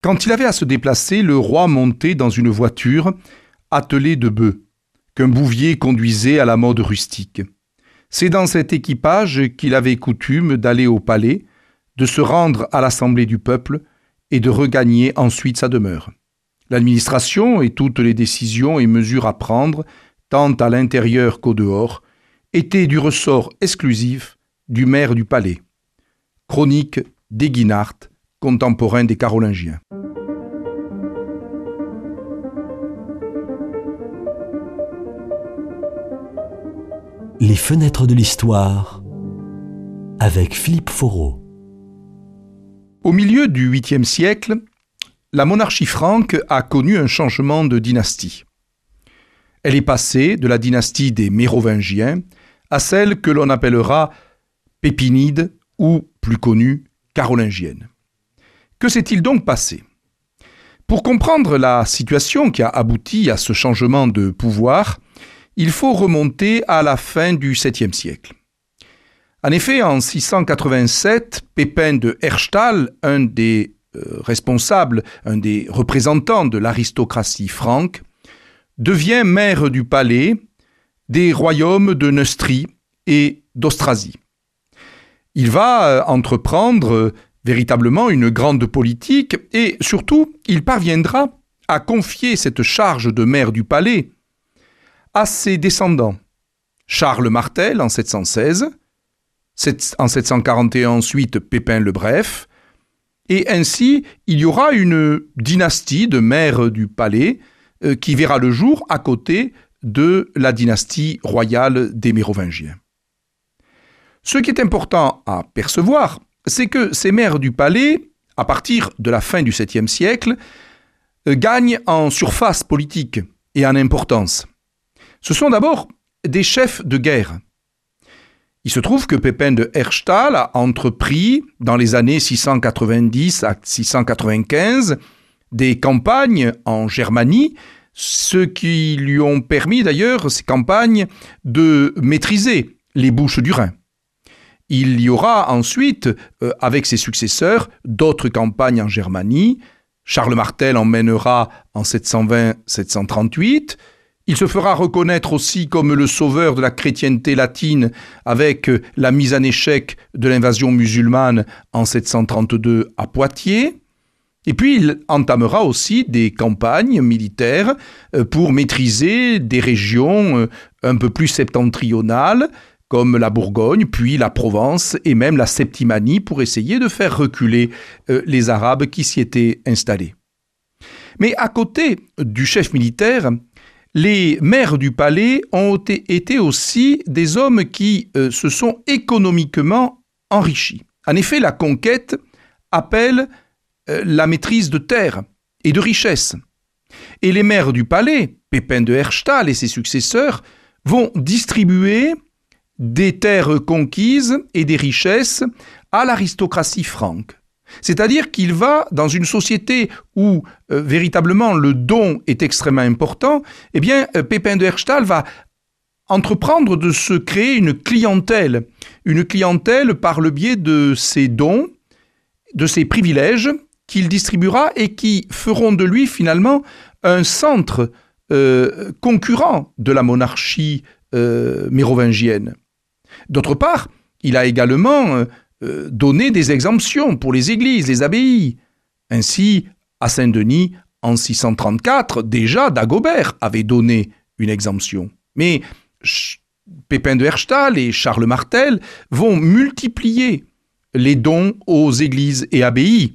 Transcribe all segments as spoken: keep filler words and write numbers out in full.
Quand il avait à se déplacer, le roi montait dans une voiture attelée de bœufs, qu'un bouvier conduisait à la mode rustique. C'est dans cet équipage qu'il avait coutume d'aller au palais, de se rendre à l'assemblée du peuple et de regagner ensuite sa demeure. L'administration et toutes les décisions et mesures à prendre, tant à l'intérieur qu'au dehors, étaient du ressort exclusif du maire du palais. Chronique d'Eginhard, contemporain des Carolingiens. Les fenêtres de l'histoire avec Philippe Foreau. Au milieu du huitième siècle, la monarchie franque a connu un changement de dynastie. Elle est passée de la dynastie des Mérovingiens à celle que l'on appellera pépinide ou, plus connue, carolingienne. Que s'est-il donc passé ? Pour comprendre la situation qui a abouti à ce changement de pouvoir, il faut remonter à la fin du septième siècle. En effet, en six cent quatre-vingt-sept, Pépin de Herstal, un des euh, responsables, un des représentants de l'aristocratie franque, devient maire du palais des royaumes de Neustrie et d'Austrasie. Il va euh, entreprendre euh, véritablement une grande politique et surtout, il parviendra à confier cette charge de maire du palais à ses descendants. Charles Martel en sept cent seize, en sept cent quarante et un ensuite Pépin le Bref, et ainsi il y aura une dynastie de maires du palais euh, qui verra le jour à côté de la dynastie royale des Mérovingiens. Ce qui est important à percevoir, c'est que ces maires du palais, à partir de la fin du septième siècle, euh, gagnent en surface politique et en importance. Ce sont d'abord des chefs de guerre. Il se trouve que Pépin de Herstal a entrepris, dans les années six cent quatre-vingt-dix à six cent quatre-vingt-quinze, des campagnes en Germanie, ce qui lui ont permis d'ailleurs, ces campagnes, de maîtriser les bouches du Rhin. Il y aura ensuite, euh, avec ses successeurs, d'autres campagnes en Germanie. Charles Martel en mènera en sept cent vingt à sept cent trente-huit. Il se fera reconnaître aussi comme le sauveur de la chrétienté latine avec la mise en échec de l'invasion musulmane en sept cent trente-deux à Poitiers. Et puis il entamera aussi des campagnes militaires pour maîtriser des régions un peu plus septentrionales comme la Bourgogne, puis la Provence et même la Septimanie pour essayer de faire reculer les Arabes qui s'y étaient installés. Mais à côté du chef militaire, les maires du palais ont été aussi des hommes qui euh, se sont économiquement enrichis. En effet, la conquête appelle euh, la maîtrise de terres et de richesses. Et les maires du palais, Pépin de Herstal et ses successeurs, vont distribuer des terres conquises et des richesses à l'aristocratie franque. C'est-à-dire qu'il va, dans une société où euh, véritablement le don est extrêmement important, eh bien, euh, Pépin de Herstal va entreprendre de se créer une clientèle, une clientèle par le biais de ses dons, de ses privilèges qu'il distribuera et qui feront de lui finalement un centre euh, concurrent de la monarchie euh, mérovingienne. D'autre part, il a également euh, Euh, donner des exemptions pour les églises, les abbayes. Ainsi, à Saint-Denis, en six cent trente-quatre, déjà Dagobert avait donné une exemption. Mais Ch- Pépin de Herstal et Charles Martel vont multiplier les dons aux églises et abbayes.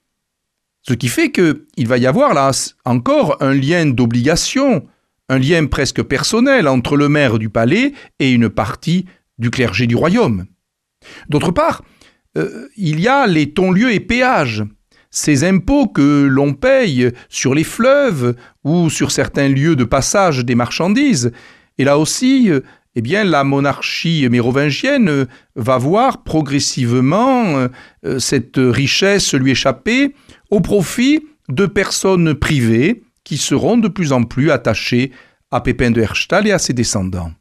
Ce qui fait qu'il va y avoir là encore un lien d'obligation, un lien presque personnel entre le maire du palais et une partie du clergé du royaume. D'autre part, euh, il y a les tons-lieux et péages, ces impôts que l'on paye sur les fleuves ou sur certains lieux de passage des marchandises. Et là aussi, euh, eh bien, la monarchie mérovingienne euh, va voir progressivement euh, cette richesse lui échapper au profit de personnes privées qui seront de plus en plus attachées à Pépin de Herstal et à ses descendants.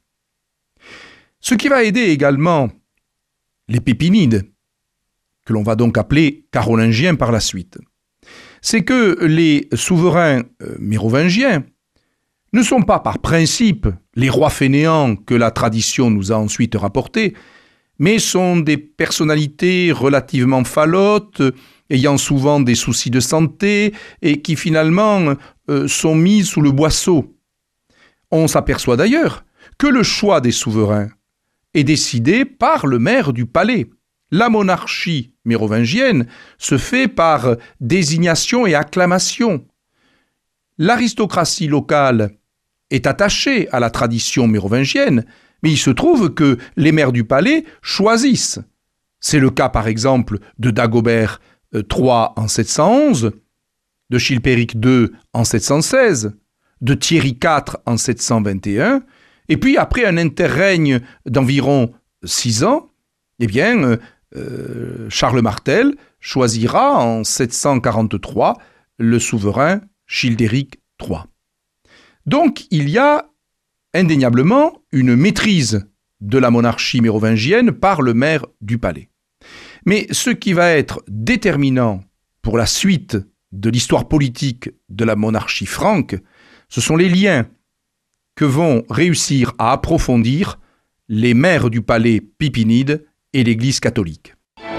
Ce qui va aider également les pépinides, que l'on va donc appeler carolingiens par la suite, c'est que les souverains euh, mérovingiens ne sont pas par principe les rois fainéants que la tradition nous a ensuite rapportés, mais sont des personnalités relativement falotes, ayant souvent des soucis de santé et qui finalement euh, sont mises sous le boisseau. On s'aperçoit d'ailleurs que le choix des souverains est décidé par le maire du palais. La monarchie mérovingienne se fait par désignation et acclamation. L'aristocratie locale est attachée à la tradition mérovingienne, mais il se trouve que les maires du palais choisissent. C'est le cas par exemple de Dagobert trois en sept cent onze, de Chilpéric deux en sept cent seize, de Thierry quatre en sept cent vingt et un, et puis après un interrègne d'environ six ans, eh bien, euh, Charles Martel choisira en sept cent quarante-trois le souverain Childéric trois. Donc il y a indéniablement une maîtrise de la monarchie mérovingienne par le maire du palais. Mais ce qui va être déterminant pour la suite de l'histoire politique de la monarchie franque, ce sont les liens que vont réussir à approfondir les maires du palais Pipinide et l'Église catholique.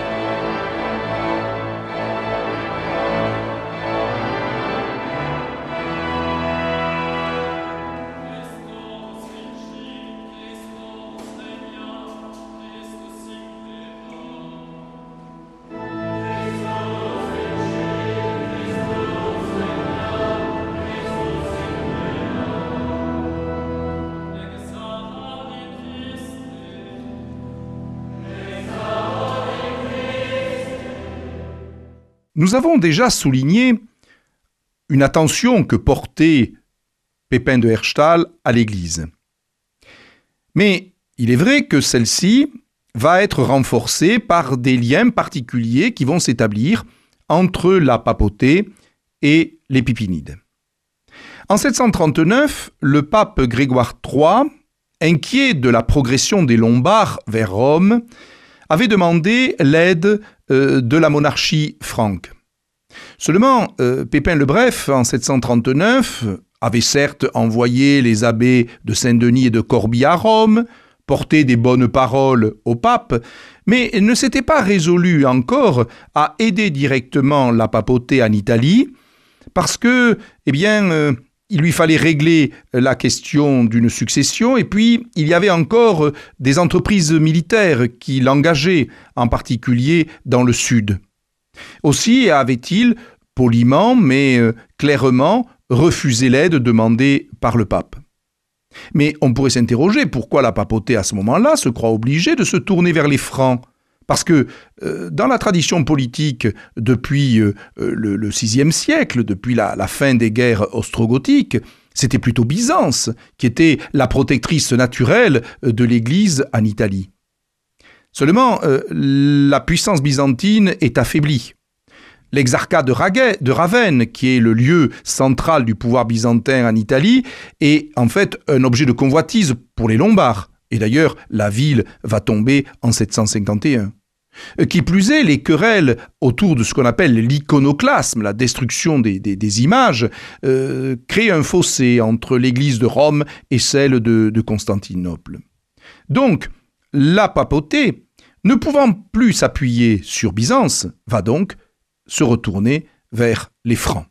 Nous avons déjà souligné une attention que portait Pépin de Herstal à l'Église. Mais il est vrai que celle-ci va être renforcée par des liens particuliers qui vont s'établir entre la papauté et les Pipinides. En sept cent trente-neuf, le pape Grégoire trois, inquiet de la progression des Lombards vers Rome, avait demandé l'aide euh, de la monarchie franque. Seulement, euh, Pépin le Bref, en sept cent trente-neuf, avait certes envoyé les abbés de Saint-Denis et de Corbie à Rome, porté des bonnes paroles au pape, mais ne s'était pas résolu encore à aider directement la papauté en Italie, parce que, eh bien, euh, il lui fallait régler la question d'une succession, et puis il y avait encore des entreprises militaires qui l'engageaient, en particulier dans le sud. Aussi avait-il, poliment mais clairement, refusé l'aide demandée par le pape. Mais on pourrait s'interroger pourquoi la papauté à ce moment-là se croit obligée de se tourner vers les Francs. Parce que euh, dans la tradition politique, depuis euh, le, le sixième siècle, depuis la, la fin des guerres ostrogothiques, c'était plutôt Byzance qui était la protectrice naturelle de l'Église en Italie. Seulement, euh, la puissance byzantine est affaiblie. L'exarcat de, Raguet, de Ravenne, qui est le lieu central du pouvoir byzantin en Italie, est en fait un objet de convoitise pour les Lombards. Et d'ailleurs, la ville va tomber en sept cent cinquante et un. Qui plus est, les querelles autour de ce qu'on appelle l'iconoclasme, la destruction des, des, des images, euh, créent un fossé entre l'église de Rome et celle de, de Constantinople. Donc, la papauté, ne pouvant plus s'appuyer sur Byzance, va donc se retourner vers les Francs.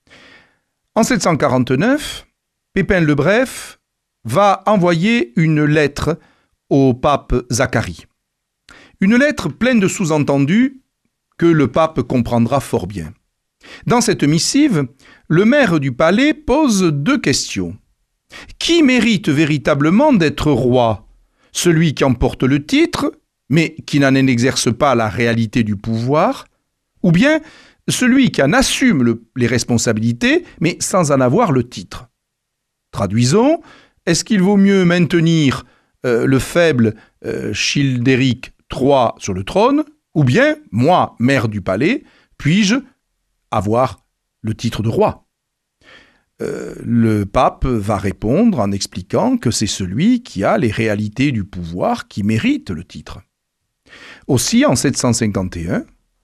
En sept cent quarante-neuf, Pépin le Bref va envoyer une lettre au pape Zacharie. Une lettre pleine de sous-entendus que le pape comprendra fort bien. Dans cette missive, le maire du palais pose deux questions. Qui mérite véritablement d'être roi ? Celui qui emporte le titre, mais qui n'en exerce pas la réalité du pouvoir, ou bien celui qui en assume le, les responsabilités, mais sans en avoir le titre. Traduisons, est-ce qu'il vaut mieux maintenir euh, le faible euh, Childéric trois sur le trône, ou bien, moi, maire du palais, puis-je avoir le titre de roi ? euh, Le pape va répondre en expliquant que c'est celui qui a les réalités du pouvoir qui mérite le titre. Aussi, en sept cent cinquante et un,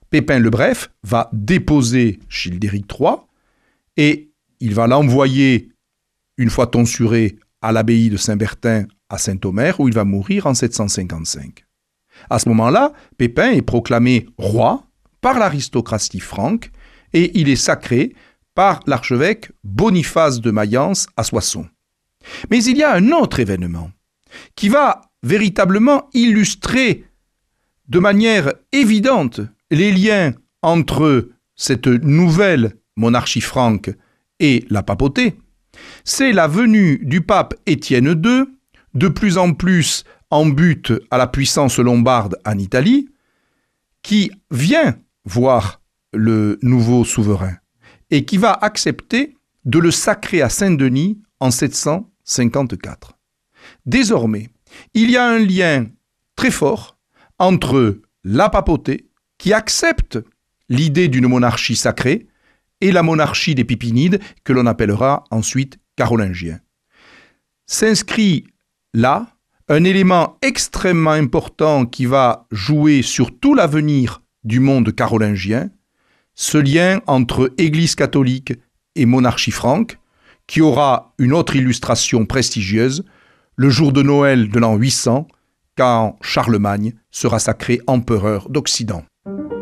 Pépin le Bref va déposer Childéric trois et il va l'envoyer, une fois tonsuré, à l'abbaye de Saint-Bertin à Saint-Omer, où il va mourir en sept cent cinquante-cinq. À ce moment-là, Pépin est proclamé roi par l'aristocratie franque et il est sacré par l'archevêque Boniface de Mayence à Soissons. Mais il y a un autre événement qui va véritablement illustrer de manière évidente les liens entre cette nouvelle monarchie franque et la papauté. C'est la venue du pape Étienne deux, de plus en plus en butte à la puissance lombarde en Italie, qui vient voir le nouveau souverain et qui va accepter de le sacrer à Saint-Denis en sept cent cinquante-quatre. Désormais, il y a un lien très fort entre la papauté, qui accepte l'idée d'une monarchie sacrée, et la monarchie des Pipinides, que l'on appellera ensuite carolingien. S'inscrit là un élément extrêmement important qui va jouer sur tout l'avenir du monde carolingien, ce lien entre Église catholique et monarchie franque, qui aura une autre illustration prestigieuse le jour de Noël de l'an huit cents, quand Charlemagne sera sacré empereur d'Occident.